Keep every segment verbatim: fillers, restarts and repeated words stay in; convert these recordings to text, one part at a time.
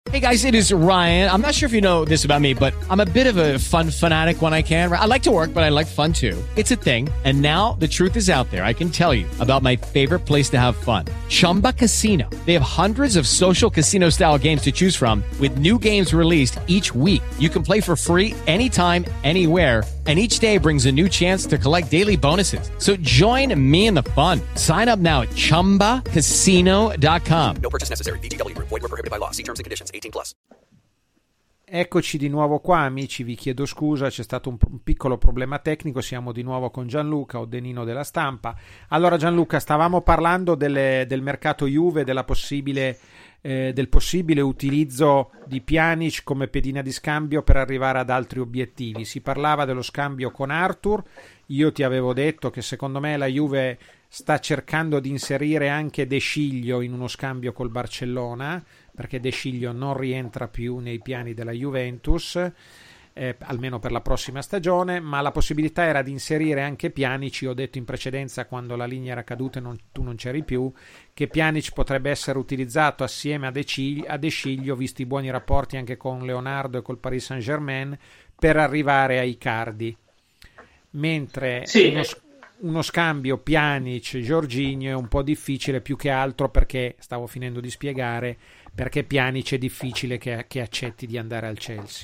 Hey guys, it is Ryan. I'm not sure if you know this about me, but I'm a bit of a fun fanatic when I can. I like to work, but I like fun too. It's a thing. And now the truth is out there. I can tell you about my favorite place to have fun. Chumba Casino. They have hundreds of social casino style games to choose from with new games released each week. You can play for free anytime, anywhere. And each day brings a new chance to collect daily bonuses. So join me in the fun. Sign up now at chumba casino dot com. No purchase necessary. V G W. Void where prohibited by law. See terms and conditions. eighteen plus. Eccoci di nuovo qua, amici, vi chiedo scusa, c'è stato un, un piccolo problema tecnico, siamo di nuovo con Gianluca, Odenino della Stampa. Allora Gianluca, stavamo parlando delle, del mercato Juve, della possibile, eh, del possibile utilizzo di Pjanic come pedina di scambio per arrivare ad altri obiettivi. Si parlava dello scambio con Arthur, io ti avevo detto che secondo me la Juve sta cercando di inserire anche De Sciglio in uno scambio col Barcellona, perché De Sciglio non rientra più nei piani della Juventus, eh, almeno per la prossima stagione, ma la possibilità era di inserire anche Pjanic. Io ho detto in precedenza, quando la linea era caduta e non, tu non c'eri più, che Pjanic potrebbe essere utilizzato assieme a De Sciglio, a De Sciglio, visti i buoni rapporti anche con Leonardo e col Paris Saint-Germain, per arrivare ai Icardi. Mentre sì. uno, uno scambio Pjanic-Jorginho è un po' difficile, più che altro perché, stavo finendo di spiegare, perché Pjanic è difficile che, che accetti di andare al Chelsea.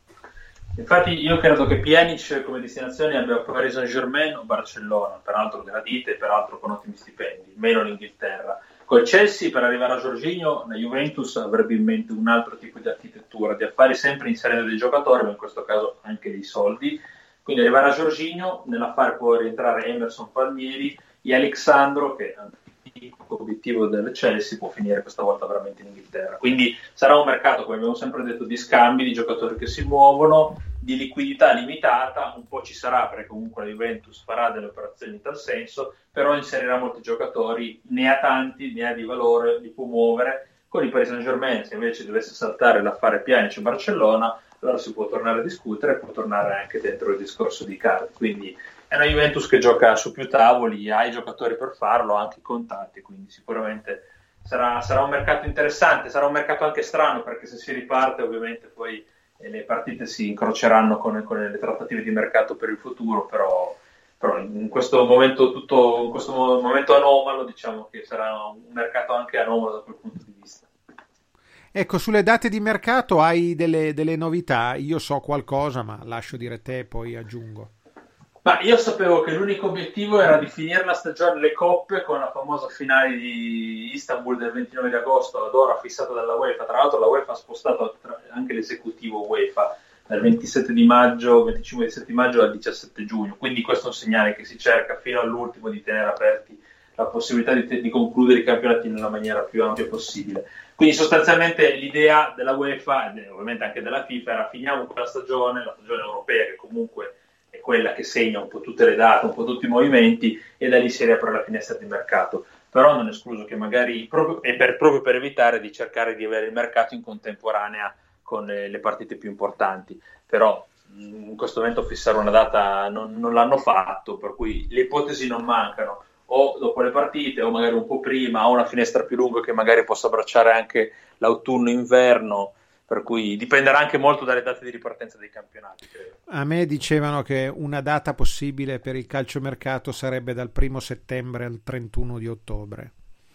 Infatti io credo che Pjanic come destinazione abbia Paris Saint-Germain o Barcellona, peraltro gradite e peraltro con ottimi stipendi, meno l'Inghilterra. Col Chelsea, per arrivare a Jorginho, la Juventus avrebbe in mente un altro tipo di architettura, di affari, sempre inserendo dei giocatori, ma in questo caso anche dei soldi. Quindi arrivare a Jorginho, nell'affare può rientrare Emerson Palmieri e Alexandro, che obiettivo del Chelsea, può finire questa volta veramente in Inghilterra. Quindi sarà un mercato, come abbiamo sempre detto, di scambi, di giocatori che si muovono, di liquidità limitata. Un po' ci sarà, perché comunque la Juventus farà delle operazioni in tal senso, però inserirà molti giocatori, ne ha tanti, ne ha di valore, li può muovere. Con il Paris Saint-Germain, se invece dovesse saltare l'affare Pjanic in Barcellona, allora si può tornare a discutere, può tornare anche dentro il discorso di Icardi. Quindi è una Juventus che gioca su più tavoli, ha i giocatori per farlo, anche i contatti, quindi sicuramente sarà, sarà un mercato interessante, sarà un mercato anche strano, perché se si riparte ovviamente poi eh, le partite si incroceranno con, con le trattative di mercato per il futuro, però, però in questo momento tutto in questo momento anomalo, diciamo che sarà un mercato anche anomalo da quel punto di vista. Ecco, sulle date di mercato hai delle, delle novità? Io so qualcosa, ma lascio dire te, poi aggiungo. Ma io sapevo che l'unico obiettivo era di finire la stagione le coppe con la famosa finale di Istanbul del ventinove di agosto, ad ora fissata dalla UEFA. Tra l'altro la UEFA ha spostato anche l'esecutivo UEFA dal ventisette di maggio, venticinque di maggio al diciassette giugno, quindi questo è un segnale che si cerca fino all'ultimo di tenere aperti la possibilità di, te- di concludere i campionati nella maniera più ampia possibile. Quindi sostanzialmente l'idea della UEFA e ovviamente anche della FIFA era: finiamo quella stagione, la stagione europea, che comunque è quella che segna un po' tutte le date, un po' tutti i movimenti, e da lì si riapre la finestra di mercato. Però non è escluso che magari, proprio, e per, proprio per evitare di cercare di avere il mercato in contemporanea con le, le partite più importanti, però in questo momento fissare una data non, non l'hanno fatto, per cui le ipotesi non mancano, o dopo le partite o magari un po' prima, o una finestra più lunga che magari possa abbracciare anche l'autunno-inverno, per cui dipenderà anche molto dalle date di ripartenza dei campionati, credo. A me dicevano che una data possibile per il calciomercato sarebbe dal primo settembre al trentuno di ottobre.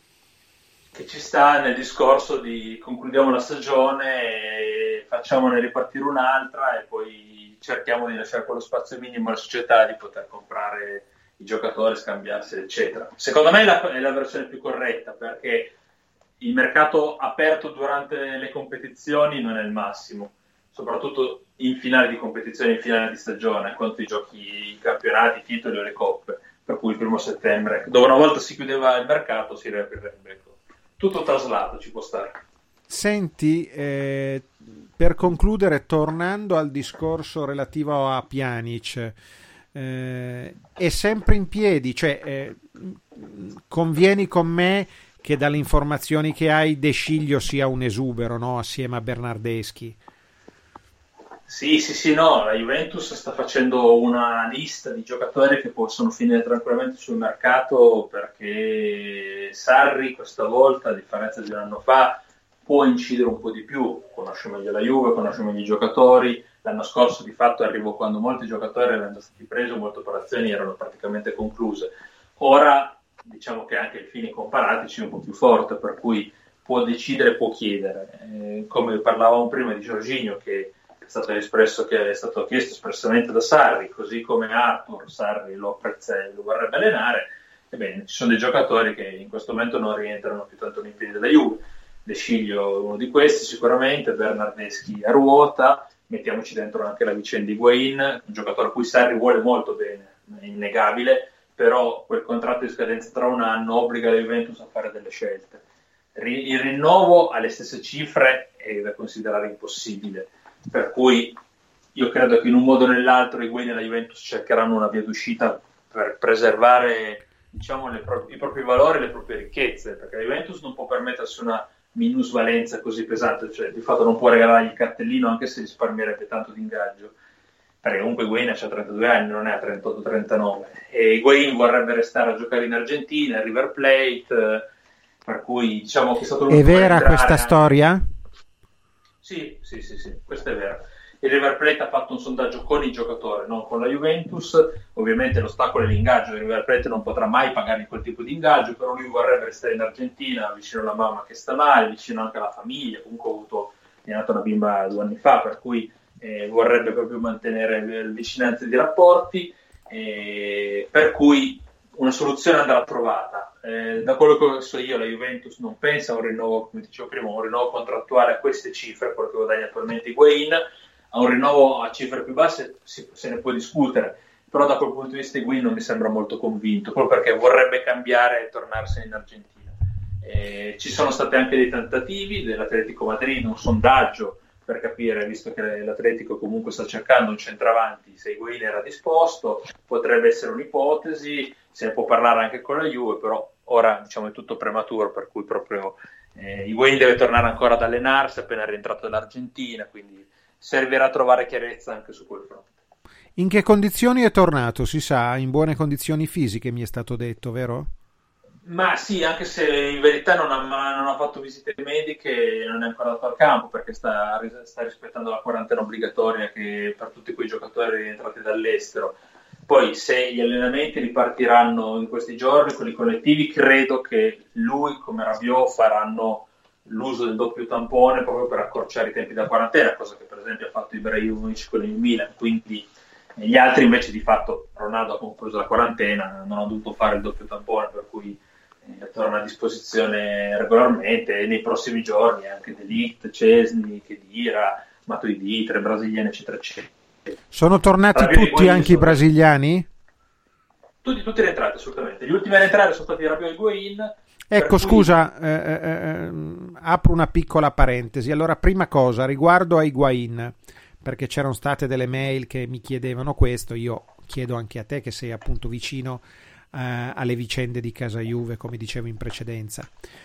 Che ci sta nel discorso di concludiamo la stagione e facciamone ripartire un'altra, e poi cerchiamo di lasciare quello spazio minimo alla società di poter comprare i giocatori, scambiarsi, eccetera. Secondo me è la, è la versione più corretta, perché il mercato aperto durante le competizioni non è il massimo, soprattutto in finale di competizione, in finale di stagione, quando i giochi, i campionati, i titoli o le coppe, per cui il primo settembre, dove una volta si chiudeva il mercato, si riaprirebbe. Tutto traslato, ci può stare. Senti, eh, per concludere, tornando al discorso relativo a Pjanic, eh, è sempre in piedi, cioè eh, convieni con me che dalle informazioni che hai De Sciglio sia un esubero, no? Assieme a Bernardeschi. Sì, sì, sì, no, la Juventus sta facendo una lista di giocatori che possono finire tranquillamente sul mercato, perché Sarri questa volta, a differenza di un anno fa, può incidere un po' di più. conosce meglio la Juve, conosce meglio i giocatori. L'anno scorso di fatto arrivò quando molti giocatori erano stati presi, molte operazioni erano praticamente concluse. Ora diciamo che anche il fini comparatici è un po' più forte, per cui può decidere, può chiedere. Eh, come parlavamo prima di Jorginho, che è stato espresso, che è stato chiesto espressamente da Sarri, così come Arthur, Sarri lo apprezza e lo vorrebbe allenare. Ebbene, ci sono dei giocatori che in questo momento non rientrano più tanto nei piedi della Juve. De Sciglio è uno di questi sicuramente, Bernardeschi a ruota, mettiamoci dentro anche la vicenda di Higuaín, un giocatore a cui Sarri vuole molto bene, è innegabile, però quel contratto di scadenza tra un anno obbliga la Juventus a fare delle scelte. Il rinnovo alle stesse cifre è da considerare impossibile, per cui io credo che in un modo o nell'altro Higuaín e la Juventus cercheranno una via d'uscita per preservare, diciamo, le pro- i propri valori e le proprie ricchezze, perché la Juventus non può permettersi una minusvalenza così pesante, cioè di fatto non può regalargli il cartellino anche se risparmierebbe tanto di ingaggio, perché comunque Higuaín ha trentadue anni, non è a trentotto trentanove, e Higuaín vorrebbe restare a giocare in Argentina, a River Plate, per cui diciamo che è stato è vera questa anche... storia? Sì, sì, sì, sì, questo è vero. Il River Plate ha fatto un sondaggio con il giocatore, non con la Juventus. Ovviamente l'ostacolo è l'ingaggio, il River Plate non potrà mai pagare quel tipo di ingaggio, però lui vorrebbe restare in Argentina, vicino alla mamma che sta male, vicino anche alla famiglia. Comunque ha avuto, è nata una bimba due anni fa, per cui eh, vorrebbe proprio mantenere le vicinanze di rapporti, eh, per cui una soluzione andrà trovata. Eh, da quello che so io, la Juventus non pensa a un rinnovo, come dicevo prima, un rinnovo contrattuale a queste cifre, quello che guadagna attualmente Higuaín. A un rinnovo a cifre più basse si, se ne può discutere, però da quel punto di vista Higuaín non mi sembra molto convinto, proprio perché vorrebbe cambiare e tornarsene in Argentina. Eh, ci sono stati anche dei tentativi dell'Atletico Madrid, un sondaggio per capire, visto che l'Atletico comunque sta cercando un centravanti, se Higuaín era disposto, potrebbe essere un'ipotesi, se ne può parlare anche con la Juve, però ora diciamo è tutto prematuro, per cui proprio eh, Higuaín deve tornare ancora ad allenarsi, appena rientrato dall'Argentina, quindi servirà a trovare chiarezza anche su quel fronte. In che condizioni è tornato? Si sa, in buone condizioni fisiche, mi è stato detto, vero? Ma sì, anche se in verità non ha, non ha fatto visite mediche, non è ancora andato al campo perché sta, sta rispettando la quarantena obbligatoria che per tutti quei giocatori rientrati dall'estero. Poi se gli allenamenti ripartiranno in questi giorni, quelli collettivi, credo che lui come Rabiot faranno l'uso del doppio tampone proprio per accorciare i tempi della quarantena, cosa che per esempio ha fatto Ibrahimovic con il Milan, quindi gli altri invece di fatto, Ronaldo ha concluso la quarantena, non ha dovuto fare il doppio tampone, per cui eh, torna a disposizione regolarmente e nei prossimi giorni anche De Ligt, Cesny, Khedira, Matuidi, tre brasiliani eccetera eccetera. Sono tornati Rabiot tutti, anche i brasiliani? Tutti, tutti rientrati assolutamente, gli ultimi a rientrare sono stati Rabiot e Higuaín. Ecco, cui... scusa, eh, eh, apro una piccola parentesi. Allora, prima cosa, riguardo a Higuaín, perché c'erano state delle mail che mi chiedevano questo, io chiedo anche a te che sei appunto vicino eh, alle vicende di casa Juve, come dicevo in precedenza.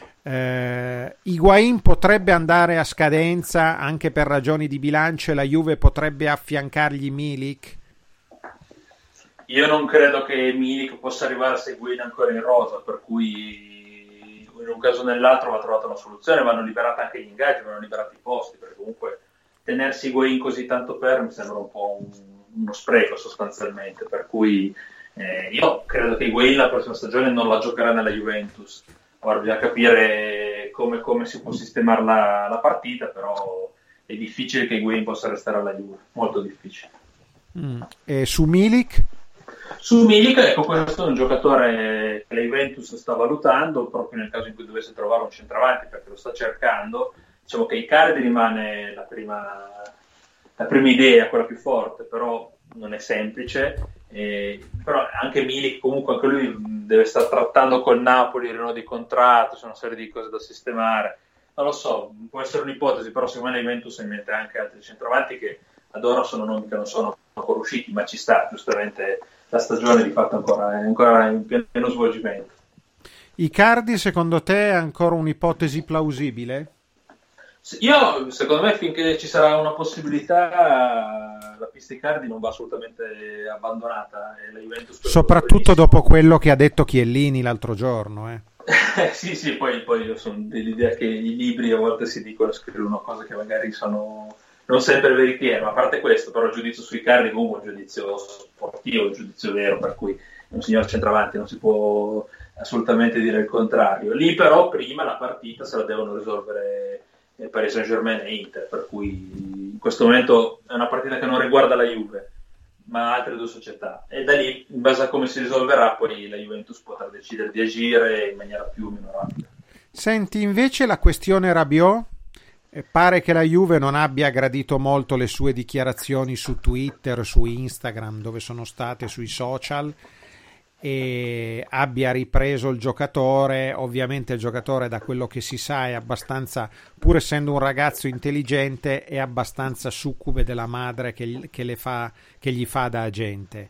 Eh, Higuaín potrebbe andare a scadenza anche per ragioni di bilancio e la Juve potrebbe affiancargli Milik? Io non credo che Milik possa arrivare a seguire ancora in rosa, per cui in un caso o nell'altro va trovata una soluzione, vanno liberati anche gli ingaggi, vanno liberati i posti, perché comunque tenersi Higuaín così tanto per mi sembra un po' un, uno spreco sostanzialmente, per cui eh, io credo che Higuaín la prossima stagione non la giocherà nella Juventus. Ora bisogna capire come, come si può sistemare la, la partita, però è difficile che Higuaín possa restare alla Juve, molto difficile. Mm. E su Milik? Su Milik, ecco, questo è un giocatore che la Juventus sta valutando proprio nel caso in cui dovesse trovare un centravanti, perché lo sta cercando. Diciamo che Icardi rimane la prima, la prima idea, quella più forte, però non è semplice. Eh, però anche Milik comunque anche lui deve stare trattando col Napoli il rinnovo di contratto, c'è una serie di cose da sistemare. Non lo so, può essere un'ipotesi, però secondo me la Juventus ha in mente anche altri centravanti che ad ora sono nomi che non sono ancora usciti, ma ci sta, giustamente la stagione di fatto ancora, è ancora in pieno svolgimento. Icardi secondo te è ancora un'ipotesi plausibile? Io, secondo me, finché ci sarà una possibilità, la pista Icardi non va assolutamente abbandonata. E la Juventus soprattutto dopo quello che ha detto Chiellini l'altro giorno. Eh. Eh, sì, sì, poi, poi io sono dell'idea che i libri a volte si dicono e scrivono cose che magari sono non sempre veritiere, ma a parte questo, però il giudizio sui carri comunque è un giudizio sportivo, un giudizio vero, per cui un signor centravanti non si può assolutamente dire il contrario. Lì però prima la partita se la devono risolvere Paris Saint-Germain e Inter, per cui in questo momento è una partita che non riguarda la Juve, ma altre due società, e da lì, in base a come si risolverà, poi la Juventus potrà decidere di agire in maniera più o meno rapida. Senti, invece la questione Rabiot, eh, pare che la Juve non abbia gradito molto le sue dichiarazioni su Twitter, su Instagram, dove sono state, sui social, e abbia ripreso il giocatore. Ovviamente il giocatore, da quello che si sa, è abbastanza, pur essendo un ragazzo intelligente, è abbastanza succube della madre che, che, le fa, che gli fa da agente.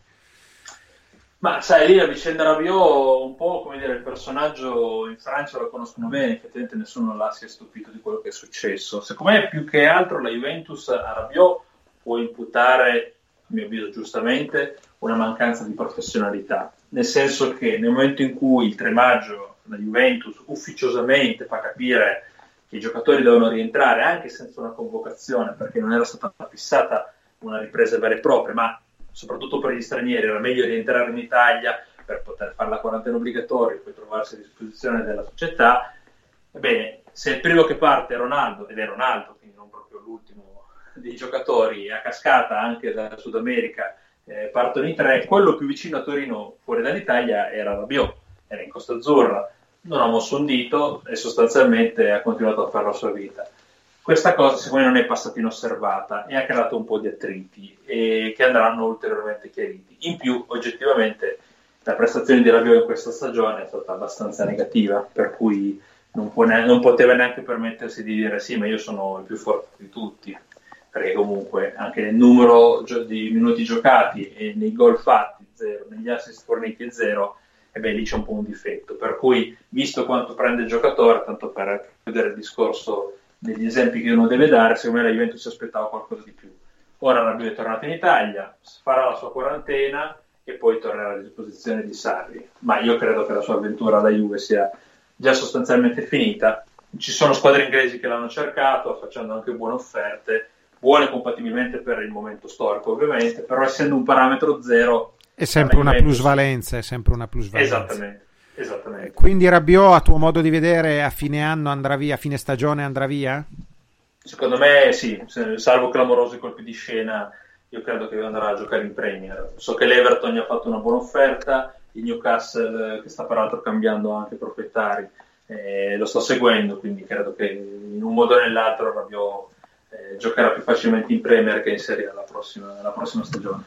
Ma sai, lì la vicenda Rabiot, un po' come dire, il personaggio in Francia lo conoscono bene, effettivamente nessuno là si è stupito di quello che è successo. Secondo me, più che altro, la Juventus a Rabiot può imputare, a mio avviso giustamente, una mancanza di professionalità, nel senso che nel momento in cui il tre maggio la Juventus ufficiosamente fa capire che i giocatori devono rientrare anche senza una convocazione, perché non era stata fissata una ripresa vera e propria, ma soprattutto per gli stranieri era meglio rientrare in Italia per poter fare la quarantena obbligatoria e poi trovarsi a disposizione della società. Ebbene, se il primo che parte è Ronaldo, ed è Ronaldo, quindi non proprio l'ultimo dei giocatori, a cascata anche dal Sud America, eh, partono i tre, quello più vicino a Torino fuori dall'Italia era Rabiot, era in Costa Azzurra, non ha mosso un dito e sostanzialmente ha continuato a fare la sua vita. Questa cosa secondo me non è passata inosservata e ha creato un po' di attriti e che andranno ulteriormente chiariti. In più, oggettivamente, la prestazione di Rabiot in questa stagione è stata abbastanza negativa, per cui non, può ne- non poteva neanche permettersi di dire sì, ma io sono il più forte di tutti, perché comunque anche nel numero gio- di minuti giocati e nei gol fatti zero, negli assist forniti zero, e beh, lì c'è un po' un difetto. Per cui, visto quanto prende il giocatore, tanto per chiudere il discorso degli esempi che uno deve dare, secondo me la Juventus si aspettava qualcosa di più. Ora Rabiot è tornato in Italia, farà la sua quarantena e poi tornerà a disposizione di Sarri, ma io credo che la sua avventura alla Juve sia già sostanzialmente finita. Ci sono squadre inglesi che l'hanno cercato facendo anche buone offerte, buone compatibilmente per il momento storico ovviamente, però essendo un parametro zero è sempre una Juventus... plusvalenza, è sempre una plusvalenza. Esattamente. Esattamente. Quindi Rabiot, a tuo modo di vedere, a fine anno andrà via, a fine stagione andrà via? Secondo me sì, salvo clamorosi colpi di scena, io credo che andrà a giocare in Premier. So che l'Everton gli ha fatto una buona offerta, il Newcastle, che sta peraltro cambiando anche proprietari, eh, lo sto seguendo, quindi credo che in un modo o nell'altro Rabiot eh, giocherà più facilmente in Premier che in Serie A la prossima, la prossima stagione.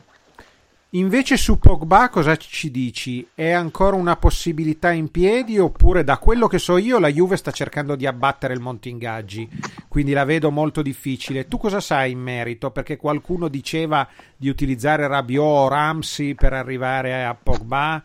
Invece su Pogba cosa ci dici? È ancora una possibilità in piedi, oppure, da quello che so io, la Juve sta cercando di abbattere il monte ingaggi, quindi la vedo molto difficile. Tu cosa sai in merito? Perché qualcuno diceva di utilizzare Rabiot o Ramsey per arrivare a Pogba.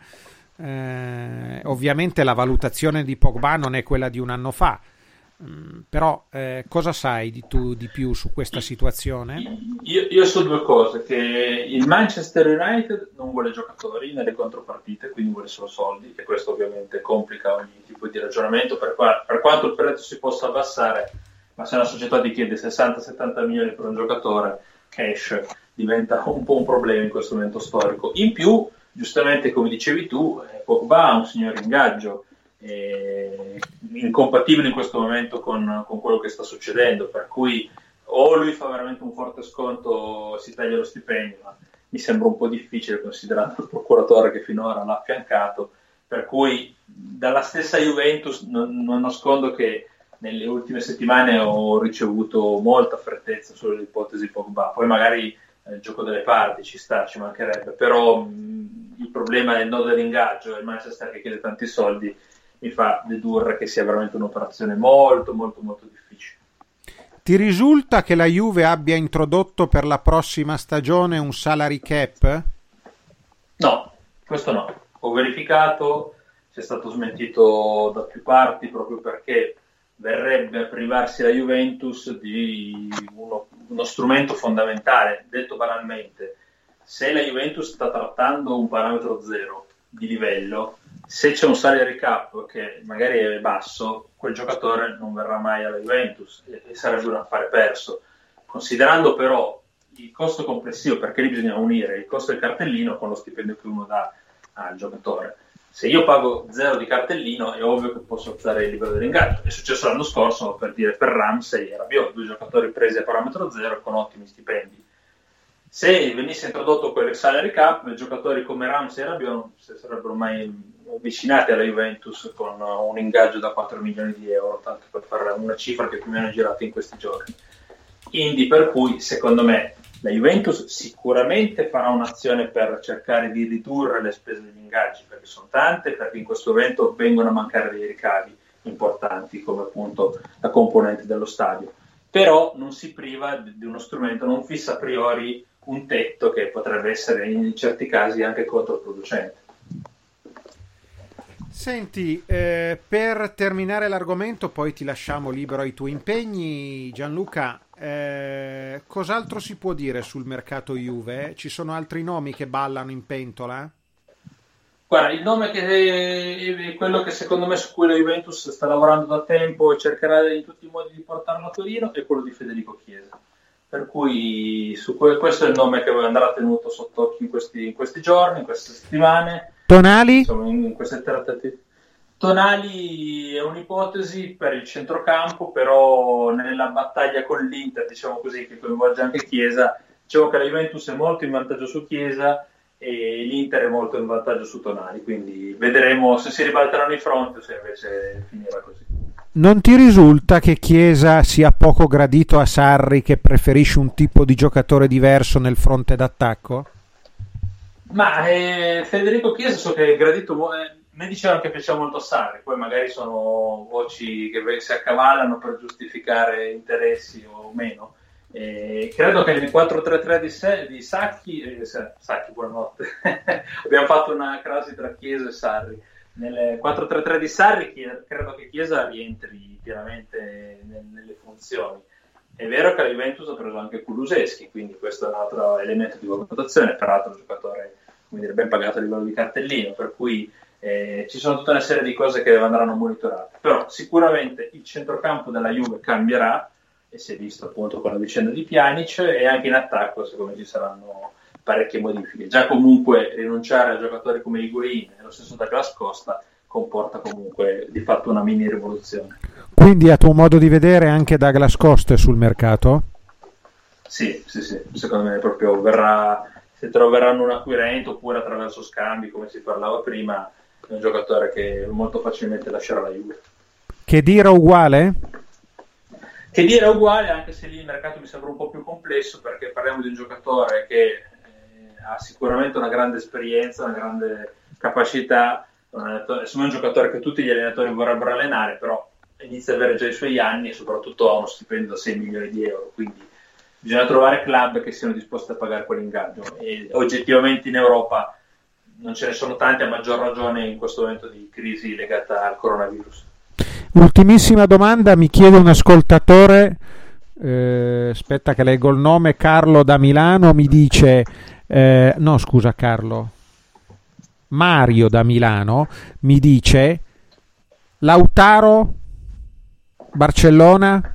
Eh, ovviamente la valutazione di Pogba non è quella di un anno fa. Però eh, cosa sai di tu di più su questa situazione? Io, io so due cose: che il Manchester United non vuole giocatori nelle contropartite, quindi vuole solo soldi, e questo ovviamente complica ogni tipo di ragionamento, per, qua, per quanto il prezzo si possa abbassare, ma se una società ti chiede sessanta settanta milioni per un giocatore, cash diventa un po' un problema in questo momento storico. In più, giustamente come dicevi tu, Pogba ha un signor ingaggio Eh, incompatibile in questo momento con, con quello che sta succedendo, per cui o lui fa veramente un forte sconto, si taglia lo stipendio, ma mi sembra un po' difficile considerando il procuratore che finora l'ha affiancato, per cui dalla stessa Juventus non, non nascondo che nelle ultime settimane ho ricevuto molta freddezza sull'ipotesi Pogba. Poi magari eh, il gioco delle parti ci sta, ci mancherebbe, però mh, il problema del nodo dell'ingaggio e il Manchester che chiede tanti soldi mi fa dedurre che sia veramente un'operazione molto molto molto difficile. Ti risulta che la Juve abbia introdotto per la prossima stagione un salary cap? No, questo no. Ho verificato, c'è stato smentito da più parti proprio perché verrebbe a privarsi la Juventus di uno, uno strumento fondamentale. Detto banalmente, se la Juventus sta trattando un parametro zero di livello, se c'è un salary cap che magari è basso, quel giocatore non verrà mai alla Juventus e, e sarebbe un affare perso. Considerando però il costo complessivo, perché lì bisogna unire il costo del cartellino con lo stipendio che uno dà al giocatore. Se io pago zero di cartellino è ovvio che posso alzare il livello dell'ingaggio. È successo l'anno scorso, per dire, per Ramsey e Rabiot, due giocatori presi a parametro zero con ottimi stipendi. Se venisse introdotto quel salary cap, i giocatori come Ramsey e Rabiot non si sarebbero mai avvicinati alla Juventus con un ingaggio da quattro milioni di euro, tanto per fare una cifra che più o meno è girata in questi giorni. Quindi per cui, secondo me, la Juventus sicuramente farà un'azione per cercare di ridurre le spese degli ingaggi, perché sono tante, perché in questo momento vengono a mancare dei ricavi importanti, come appunto la componente dello stadio. Però non si priva di uno strumento, non fissa a priori un tetto che potrebbe essere in certi casi anche controproducente. Senti, eh, per terminare l'argomento, poi ti lasciamo libero ai tuoi impegni, Gianluca. Eh, cos'altro si può dire sul mercato Juve? Ci sono altri nomi che ballano in pentola? Guarda, il nome che è quello che secondo me su cui la Juventus sta lavorando da tempo e cercherà in tutti i modi di portarlo a Torino è quello di Federico Chiesa. Per cui su que- questo è il nome che andrà tenuto sott'occhio in questi, in questi giorni, in queste settimane. Tonali? Insomma, in, in queste trattative. Tonali è un'ipotesi per il centrocampo, però nella battaglia con l'Inter, diciamo così, che coinvolge anche Chiesa, diciamo che la Juventus è molto in vantaggio su Chiesa e l'Inter è molto in vantaggio su Tonali, quindi vedremo se si ribalteranno i fronti o se invece finirà così. Non ti risulta che Chiesa sia poco gradito a Sarri, che preferisce un tipo di giocatore diverso nel fronte d'attacco? Ma eh, Federico Chiesa so che è gradito, eh, mi dicevano che piaceva molto Sarri, poi magari sono voci che si accavallano per giustificare interessi o meno. Eh, credo che nel quattro tre tre di, se, di Sacchi, eh, Sacchi buonanotte, abbiamo fatto una crasi tra Chiesa e Sarri. Nel quattro tre tre di Sarri credo che Chiesa rientri pienamente nelle funzioni. È vero che la Juventus ha preso anche Kulusevski, quindi questo è un altro elemento di valutazione, peraltro un giocatore, come dire, ben pagato a livello di cartellino, per cui eh, ci sono tutta una serie di cose che andranno monitorate. Però sicuramente il centrocampo della Juve cambierà, e si è visto appunto con la vicenda di Pjanic, e anche in attacco secondo me ci saranno parecchie modifiche. Già comunque rinunciare a giocatori come Higuaín e lo stesso Douglas Costa comporta comunque di fatto una mini rivoluzione. Quindi a tuo modo di vedere anche Douglas Costa è sul mercato? Sì, sì, sì, secondo me proprio verrà, se troveranno un acquirente oppure attraverso scambi come si parlava prima, è un giocatore che molto facilmente lascerà la Juve. Che dire uguale? Che dire uguale, anche se lì il mercato mi sembra un po' più complesso, perché parliamo di un giocatore che eh, ha sicuramente una grande esperienza, una grande capacità, un allenatore, insomma è un giocatore che tutti gli allenatori vorrebbero allenare, però inizia ad avere già i suoi anni e soprattutto ha uno stipendio da sei milioni di euro, quindi bisogna trovare club che siano disposti a pagare quell'ingaggio, e oggettivamente in Europa non ce ne sono tanti, a maggior ragione in questo momento di crisi legata al coronavirus. Ultimissima domanda, mi chiede un ascoltatore, eh, aspetta che leggo il nome, Carlo da Milano, mi dice, eh, no scusa Carlo, Mario da Milano, mi dice, Lautaro, Barcellona?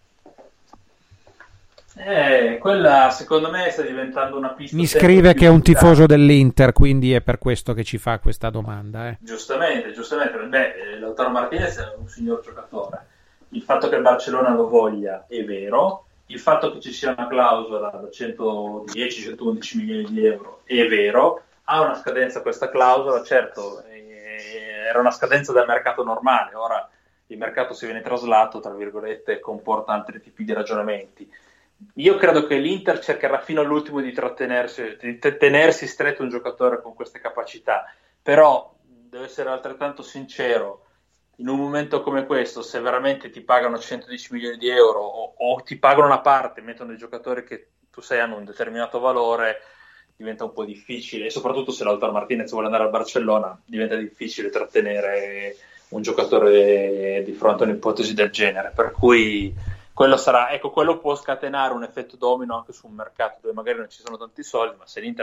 Eh, quella secondo me sta diventando una pista. Mi scrive che è un tifoso dell'Inter, quindi è per questo che ci fa questa domanda. Eh. Giustamente, giustamente. Beh, Lautaro Martinez è un signor giocatore. Il fatto che il Barcellona lo voglia è vero. Il fatto che ci sia una clausola da centodieci centoundici milioni di euro è vero. Ha una scadenza questa clausola, certo, eh, era una scadenza del mercato normale. Ora il mercato si viene traslato, tra virgolette, comporta altri tipi di ragionamenti. Io credo che l'Inter cercherà fino all'ultimo di trattenersi, di tenersi stretto un giocatore con queste capacità, però devo essere altrettanto sincero, in un momento come questo, se veramente ti pagano centodieci milioni di euro o, o ti pagano una parte, mettono dei giocatori che tu sai hanno un determinato valore, diventa un po' difficile, e soprattutto se Lautaro Martinez vuole andare al Barcellona diventa difficile trattenere un giocatore di fronte a un'ipotesi del genere, per cui quello sarà, ecco, quello può scatenare un effetto domino anche su un mercato dove magari non ci sono tanti soldi, ma se l'Inter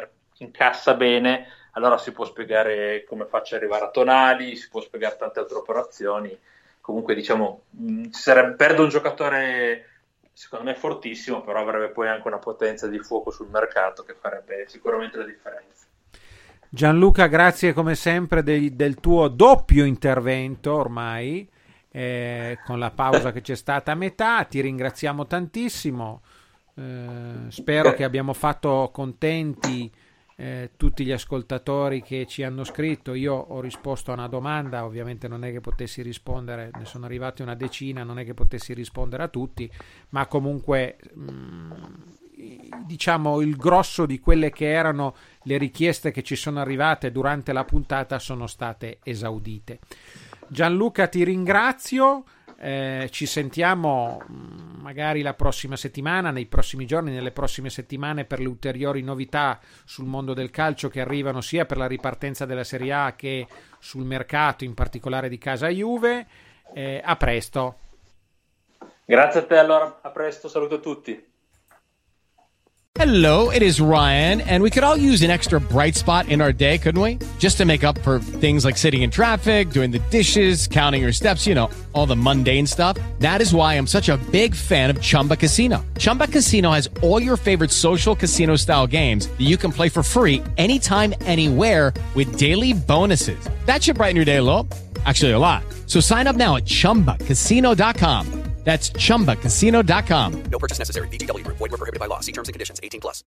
incassa bene, allora si può spiegare come faccia arrivare a Tonali, si può spiegare tante altre operazioni. Comunque diciamo mh, sarebbe, perde un giocatore secondo me fortissimo, però avrebbe poi anche una potenza di fuoco sul mercato che farebbe sicuramente la differenza. Gianluca, grazie come sempre del, del tuo doppio intervento ormai, eh, con la pausa che c'è stata a metà. Ti ringraziamo tantissimo, eh, spero che abbiamo fatto contenti eh, tutti gli ascoltatori che ci hanno scritto. Io ho risposto a una domanda, ovviamente non è che potessi rispondere, ne sono arrivati una decina, non è che potessi rispondere a tutti, ma comunque mh, diciamo il grosso di quelle che erano le richieste che ci sono arrivate durante la puntata sono state esaudite. Gianluca, ti ringrazio, eh, ci sentiamo magari la prossima settimana, nei prossimi giorni, nelle prossime settimane, per le ulteriori novità sul mondo del calcio che arrivano sia per la ripartenza della Serie A che sul mercato, in particolare di casa Juve. Eh, a presto. Grazie a te, allora, a presto, saluto a tutti. Hello, it is Ryan, and we could all use an extra bright spot in our day, couldn't we? Just to make up for things like sitting in traffic, doing the dishes, counting your steps, you know, all the mundane stuff. That is why I'm such a big fan of Chumba Casino. Chumba Casino has all your favorite social casino-style games that you can play for free anytime, anywhere with daily bonuses. That should brighten your day a little. Actually, a lot. So sign up now at chumba casino dot com. That's chumba casino dot com. No purchase necessary. V G W Group. Void where prohibited by law. See terms and conditions. eighteen plus.